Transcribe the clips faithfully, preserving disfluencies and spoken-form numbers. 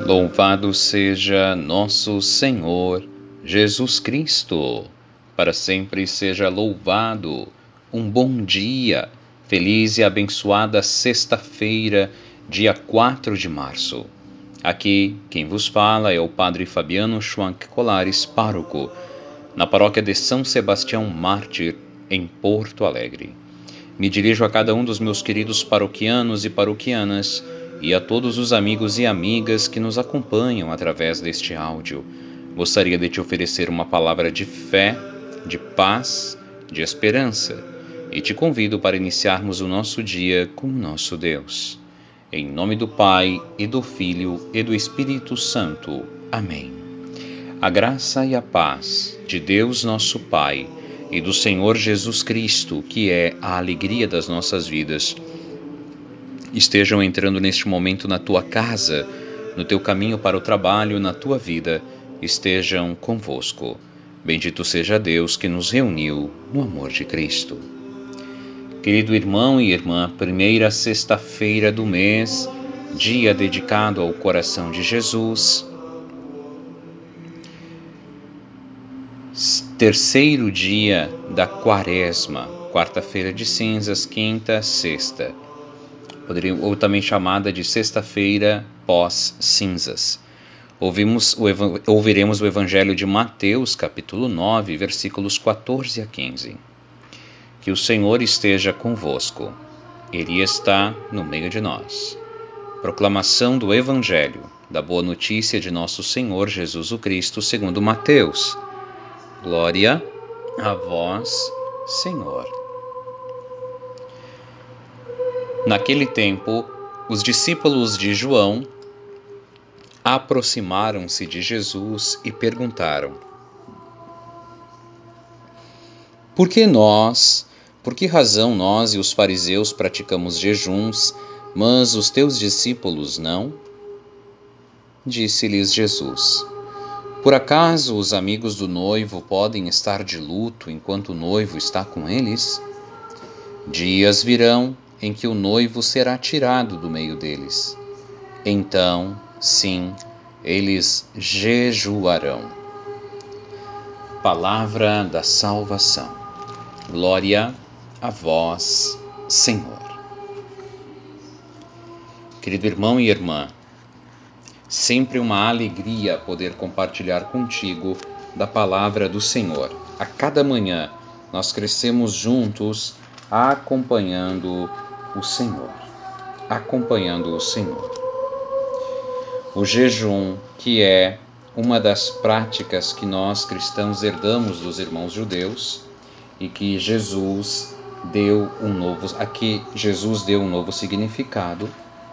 Louvado seja nosso Senhor Jesus Cristo, para sempre seja louvado. Um bom dia, feliz e abençoada sexta-feira, dia quatro de março. Aqui, quem vos fala é o Padre Fabiano Schwank Colares, pároco, na paróquia de São Sebastião Mártir, em Porto Alegre. Me dirijo a cada um dos meus queridos paroquianos e paroquianas e a todos os amigos e amigas que nos acompanham através deste áudio. Gostaria de te oferecer uma palavra de fé, de paz, de esperança e te convido para iniciarmos o nosso dia com o nosso Deus. Em nome do Pai, e do Filho, e do Espírito Santo. Amém. A graça e a paz de Deus nosso Pai e do Senhor Jesus Cristo, que é a alegria das nossas vidas, estejam entrando neste momento na tua casa, no teu caminho para o trabalho, na tua vida, estejam convosco. Bendito seja Deus que nos reuniu no amor de Cristo. Querido irmão e irmã, primeira sexta-feira do mês, dia dedicado ao coração de Jesus, terceiro dia da quaresma, quarta-feira de cinzas, quinta, sexta, poderia, ou também chamada de sexta-feira pós-cinzas. Ouvimos o, ouviremos o Evangelho de Mateus, capítulo nove, versículos quatorze a quinze. Que o Senhor esteja convosco. Ele está no meio de nós. Proclamação do Evangelho, da boa notícia de nosso Senhor Jesus o Cristo, segundo Mateus. Glória a vós, Senhor. Naquele tempo, os discípulos de João aproximaram-se de Jesus e perguntaram: Por que nós, por que razão nós e os fariseus praticamos jejuns, mas os teus discípulos não? Disse-lhes Jesus: Por acaso os amigos do noivo podem estar de luto enquanto o noivo está com eles? Dias virão em que o noivo será tirado do meio deles. Então, sim, eles jejuarão. Palavra da salvação. Glória a vós, Senhor. Querido irmão e irmã, sempre uma alegria poder compartilhar contigo da palavra do Senhor. A cada manhã nós crescemos juntos acompanhando o Senhor. Acompanhando o Senhor. O jejum, que é uma das práticas que nós cristãos herdamos dos irmãos judeus e que Jesus deu um novo, a que Jesus deu um novo significado,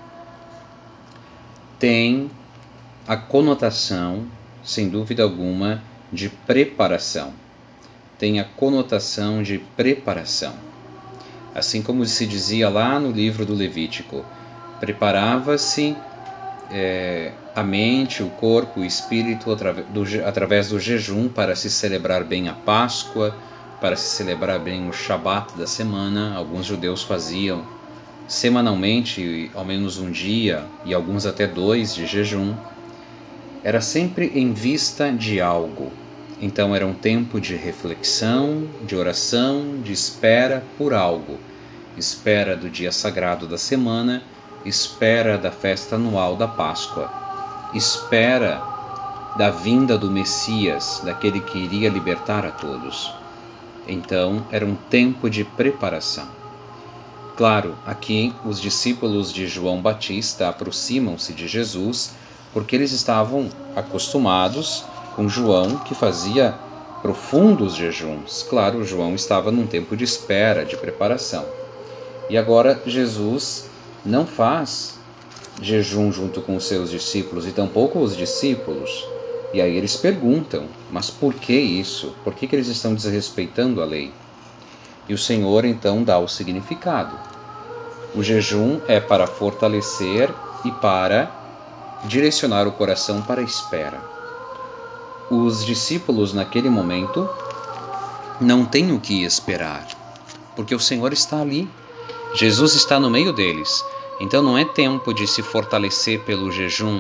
tem a conotação, sem dúvida alguma, de preparação. Tem a conotação de preparação. Assim como se dizia lá no livro do Levítico, preparava-se é, a mente, o corpo, o espírito através do, através do jejum para se celebrar bem a Páscoa, para se celebrar bem o Shabat da semana. Alguns judeus faziam semanalmente, ao menos um dia, e alguns até dois de jejum. Era sempre em vista de algo. Então era um tempo de reflexão, de oração, de espera por algo. Espera do dia sagrado da semana, espera da festa anual da Páscoa, espera da vinda do Messias, daquele que iria libertar a todos. Então era um tempo de preparação. Claro, aqui os discípulos de João Batista aproximam-se de Jesus porque eles estavam acostumados com João, que fazia profundos jejuns. Claro, João estava num tempo de espera, de preparação. E agora Jesus não faz jejum junto com os seus discípulos, e tampouco os discípulos. E aí eles perguntam, mas por que isso? Por que, que eles estão desrespeitando a lei? E o Senhor então dá o significado. O jejum é para fortalecer e para direcionar o coração para a espera. Os discípulos naquele momento não têm o que esperar, porque o Senhor está ali. Jesus está no meio deles. Então não é tempo de se fortalecer pelo jejum,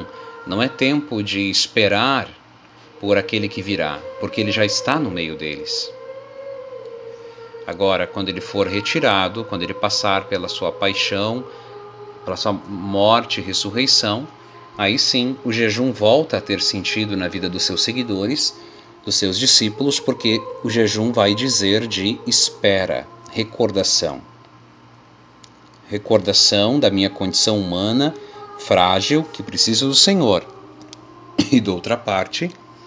Não é tempo de esperar por aquele que virá, porque ele já está no meio deles. Agora, quando ele for retirado, quando ele passar pela sua paixão, pela sua morte e ressurreição, aí sim o jejum volta a ter sentido na vida dos seus seguidores, dos seus discípulos, porque o jejum vai dizer de espera, recordação. Recordação da minha condição humana, frágil, que preciso do Senhor. E, de outra parte,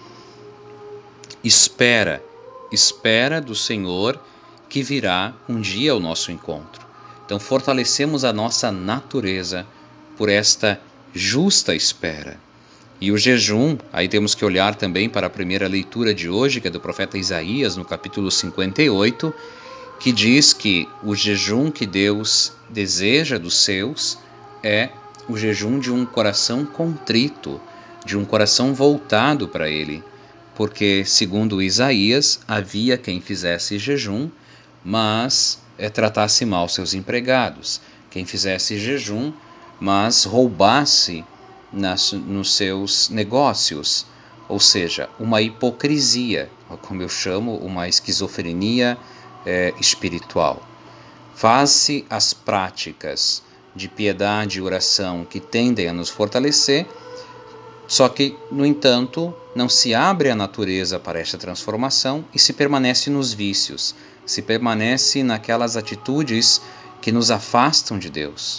espera, espera do Senhor que virá um dia ao nosso encontro. Então, fortalecemos a nossa natureza por esta justa espera. E o jejum, aí temos que olhar também para a primeira leitura de hoje, que é do profeta Isaías, no capítulo cinquenta e oito, que diz que o jejum que Deus deseja dos seus é o jejum de um coração contrito, de um coração voltado para Ele. Porque, segundo Isaías, havia quem fizesse jejum, mas é, tratasse mal seus empregados, quem fizesse jejum, mas roubasse nas, nos seus negócios, ou seja, uma hipocrisia, como eu chamo, uma esquizofrenia é, espiritual. Faz-se as práticas de piedade e oração que tendem a nos fortalecer, só que, no entanto, não se abre a natureza para esta transformação e se permanece nos vícios, se permanece naquelas atitudes que nos afastam de Deus.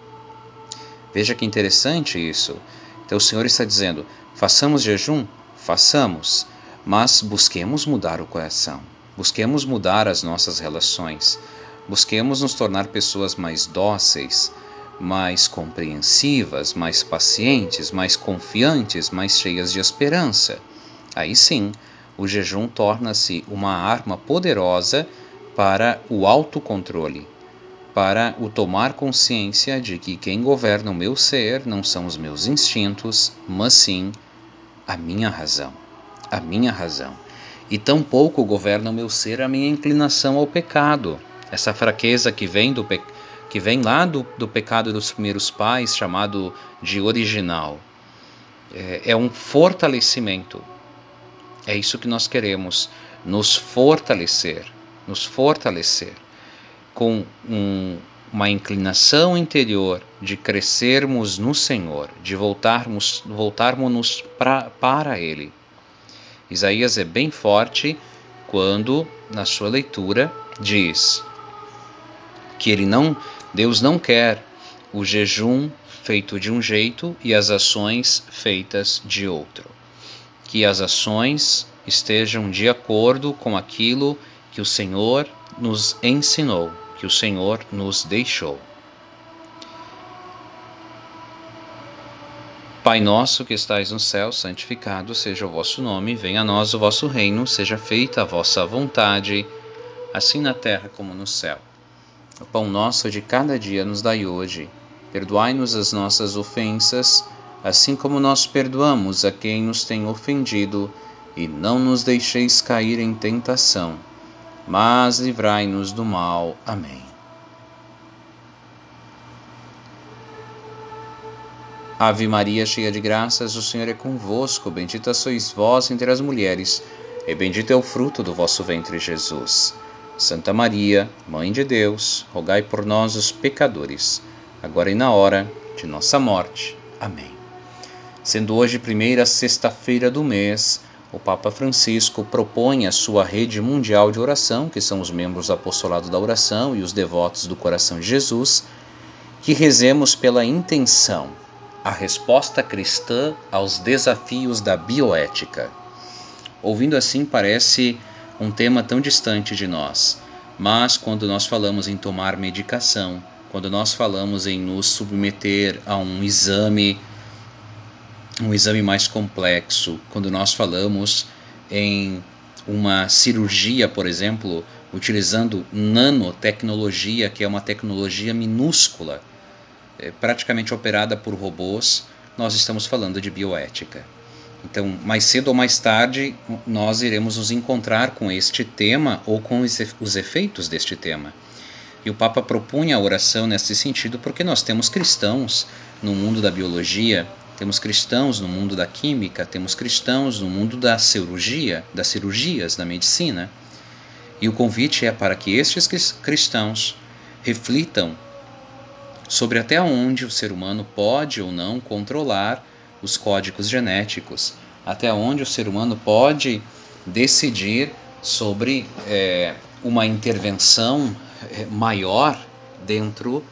Veja que interessante isso. Então o Senhor está dizendo, façamos jejum? Façamos, mas busquemos mudar o coração, busquemos mudar as nossas relações, busquemos nos tornar pessoas mais dóceis, mais compreensivas, mais pacientes, mais confiantes, mais cheias de esperança. Aí sim, o jejum torna-se uma arma poderosa para o autocontrole, para o tomar consciência de que quem governa o meu ser não são os meus instintos, mas sim a minha razão, a minha razão. E tampouco governa o meu ser a minha inclinação ao pecado, essa fraqueza que vem do pecado, que vem lá do, do pecado dos primeiros pais, chamado de original. É, é um fortalecimento. É isso que nós queremos, nos fortalecer, nos fortalecer com um, uma inclinação interior de crescermos no Senhor, de voltarmos, voltarmos pra, para Ele. Isaías é bem forte quando, na sua leitura, diz que ele não, Deus não quer o jejum feito de um jeito e as ações feitas de outro. Que as ações estejam de acordo com aquilo que o Senhor nos ensinou, que o Senhor nos deixou. Pai nosso que estais no céu, santificado seja o vosso nome, venha a nós o vosso reino, seja feita a vossa vontade, assim na terra como no céu. O pão nosso de cada dia nos dai hoje. Perdoai-nos as nossas ofensas, assim como nós perdoamos a quem nos tem ofendido, e não nos deixeis cair em tentação, mas livrai-nos do mal. Amém. Ave Maria, cheia de graças, o Senhor é convosco. Bendita sois vós entre as mulheres, e bendito é o fruto do vosso ventre, Jesus. Santa Maria, Mãe de Deus, rogai por nós, os pecadores, agora e na hora de nossa morte. Amém. Sendo hoje primeira sexta-feira do mês, o Papa Francisco propõe a sua rede mundial de oração, que são os membros do apostolado da oração e os devotos do coração de Jesus, que rezemos pela intenção, a resposta cristã aos desafios da bioética. Ouvindo assim, parece um tema tão distante de nós, mas quando nós falamos em tomar medicação, quando nós falamos em nos submeter a um exame, um exame mais complexo, quando nós falamos em uma cirurgia, por exemplo, utilizando nanotecnologia, que é uma tecnologia minúscula, praticamente operada por robôs, nós estamos falando de bioética. Então, mais cedo ou mais tarde, nós iremos nos encontrar com este tema ou com os efeitos deste tema. E o Papa propunha a oração nesse sentido porque nós temos cristãos no mundo da biologia temos cristãos no mundo da química, temos cristãos no mundo da cirurgia, das cirurgias, da medicina. E o convite é para que estes cristãos reflitam sobre até onde o ser humano pode ou não controlar os códigos genéticos, até onde o ser humano pode decidir sobre é, uma intervenção maior dentro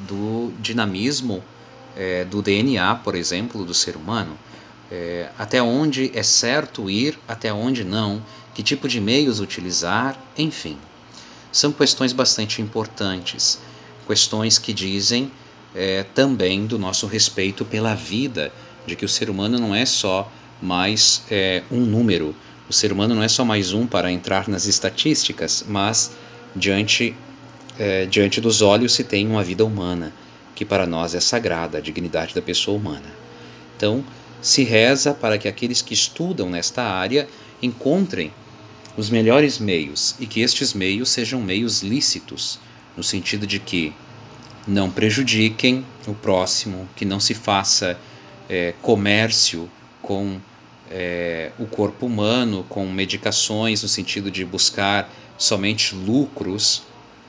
do dinamismo é, do D N A, por exemplo, do ser humano. É, até onde é certo ir, até onde não, que tipo de meios utilizar, enfim. São questões bastante importantes, questões que dizem é, também do nosso respeito pela vida, de que o ser humano não é só mais é, um número, o ser humano não é só mais um para entrar nas estatísticas, mas diante, é, diante dos olhos se tem uma vida humana, que para nós é sagrada, a dignidade da pessoa humana. Então, se reza para que aqueles que estudam nesta área encontrem os melhores meios e que estes meios sejam meios lícitos, no sentido de que não prejudiquem o próximo, que não se faça é, comércio com é, o corpo humano, com medicações no sentido de buscar somente lucros,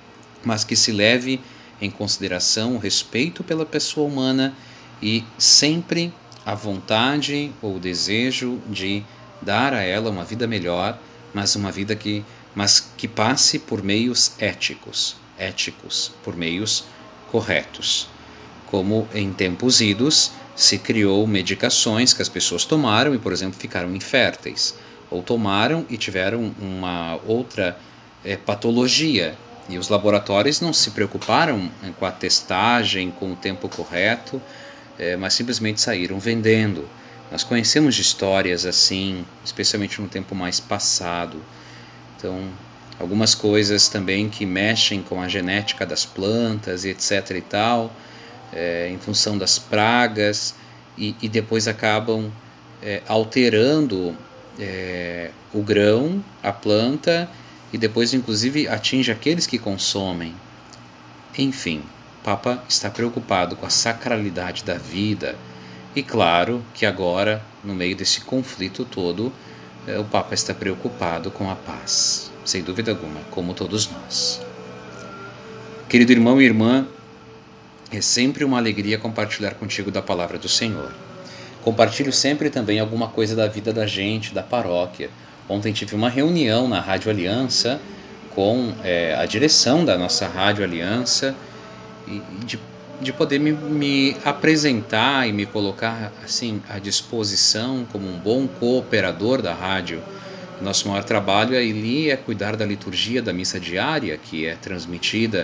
mas que se leve em consideração o respeito pela pessoa humana e sempre a vontade ou o desejo de dar a ela uma vida melhor, mas uma vida que, mas que passe por meios éticos, éticos, por meios corretos. Como em tempos idos se criou medicações que as pessoas tomaram e, por exemplo, ficaram inférteis, ou tomaram e tiveram uma outra é, patologia, e os laboratórios não se preocuparam com a testagem, com o tempo correto, é, mas simplesmente saíram vendendo. Nós conhecemos de histórias assim, especialmente no tempo mais passado. Então, algumas coisas também que mexem com a genética das plantas e etc e tal, é, em função das pragas, e, e depois acabam é, alterando é, o grão, a planta, e depois inclusive atinge aqueles que consomem. Enfim, o Papa está preocupado com a sacralidade da vida. E claro que agora, no meio desse conflito todo, o Papa está preocupado com a paz, sem dúvida alguma, como todos nós. Querido irmão e irmã, é sempre uma alegria compartilhar contigo da palavra do Senhor. Compartilho sempre também alguma coisa da vida da gente, da paróquia. Ontem tive uma reunião na Rádio Aliança com é, a direção da nossa Rádio Aliança e de de poder me, me apresentar e me colocar assim à disposição como um bom cooperador da rádio. Nosso maior trabalho ali é cuidar da liturgia da missa diária, que é transmitida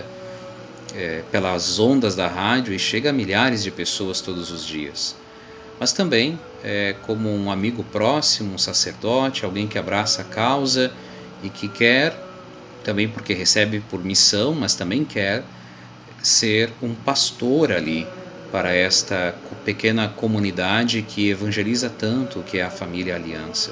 é, pelas ondas da rádio e chega a milhares de pessoas todos os dias. Mas também é, como um amigo próximo, um sacerdote, alguém que abraça a causa e que quer, também porque recebe por missão, mas também quer ser um pastor ali para esta pequena comunidade que evangeliza tanto, que é a família Aliança.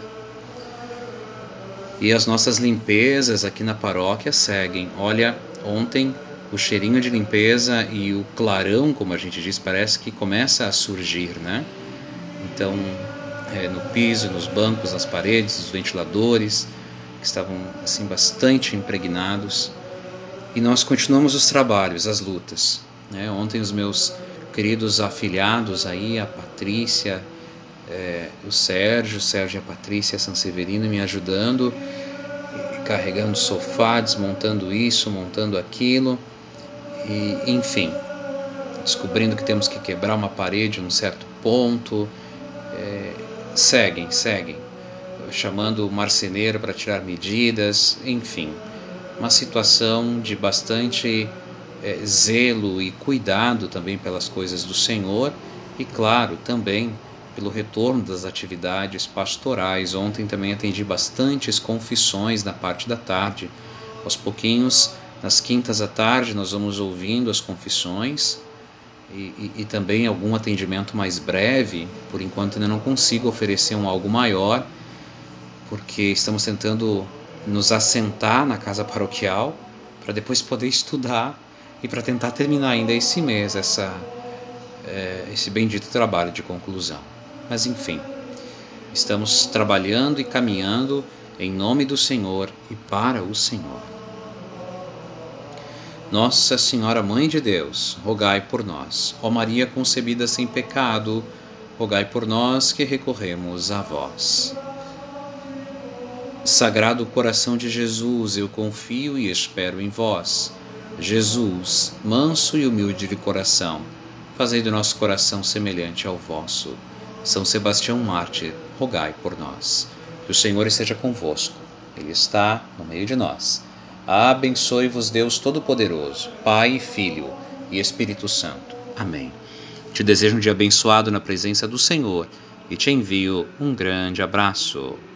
E as nossas limpezas aqui na paróquia seguem. Olha, ontem o cheirinho de limpeza e o clarão, como a gente diz, parece que começa a surgir, né? Então, é, no piso, nos bancos, nas paredes, os ventiladores, que estavam assim bastante impregnados. E nós continuamos os trabalhos, as lutas. Né? Ontem os meus queridos afilhados aí, a Patrícia, é, o Sérgio, o Sérgio e a Patrícia Sanseverino me ajudando, carregando o sofá, desmontando isso, montando aquilo, e enfim, descobrindo que temos que quebrar uma parede num certo ponto, é, seguem, seguem, chamando o marceneiro para tirar medidas, enfim. Uma situação de bastante é, zelo e cuidado também pelas coisas do Senhor e, claro, também pelo retorno das atividades pastorais. Ontem também atendi bastantes confissões na parte da tarde. Aos pouquinhos, nas quintas à tarde, nós vamos ouvindo as confissões e, e, e também algum atendimento mais breve. Por enquanto ainda não consigo oferecer um algo maior, porque estamos tentando nos assentar na casa paroquial para depois poder estudar e para tentar terminar ainda esse mês essa, é, esse bendito trabalho de conclusão. Mas enfim, estamos trabalhando e caminhando em nome do Senhor e para o Senhor. Nossa Senhora Mãe de Deus, rogai por nós. Ó Maria concebida sem pecado, rogai por nós que recorremos a vós. Sagrado coração de Jesus, eu confio e espero em vós. Jesus, manso e humilde de coração, fazei do nosso coração semelhante ao vosso. São Sebastião Mártir, rogai por nós. Que o Senhor esteja convosco. Ele está no meio de nós. Abençoe-vos Deus Todo-Poderoso, Pai, Filho e Espírito Santo. Amém. Te desejo um dia abençoado na presença do Senhor e te envio um grande abraço.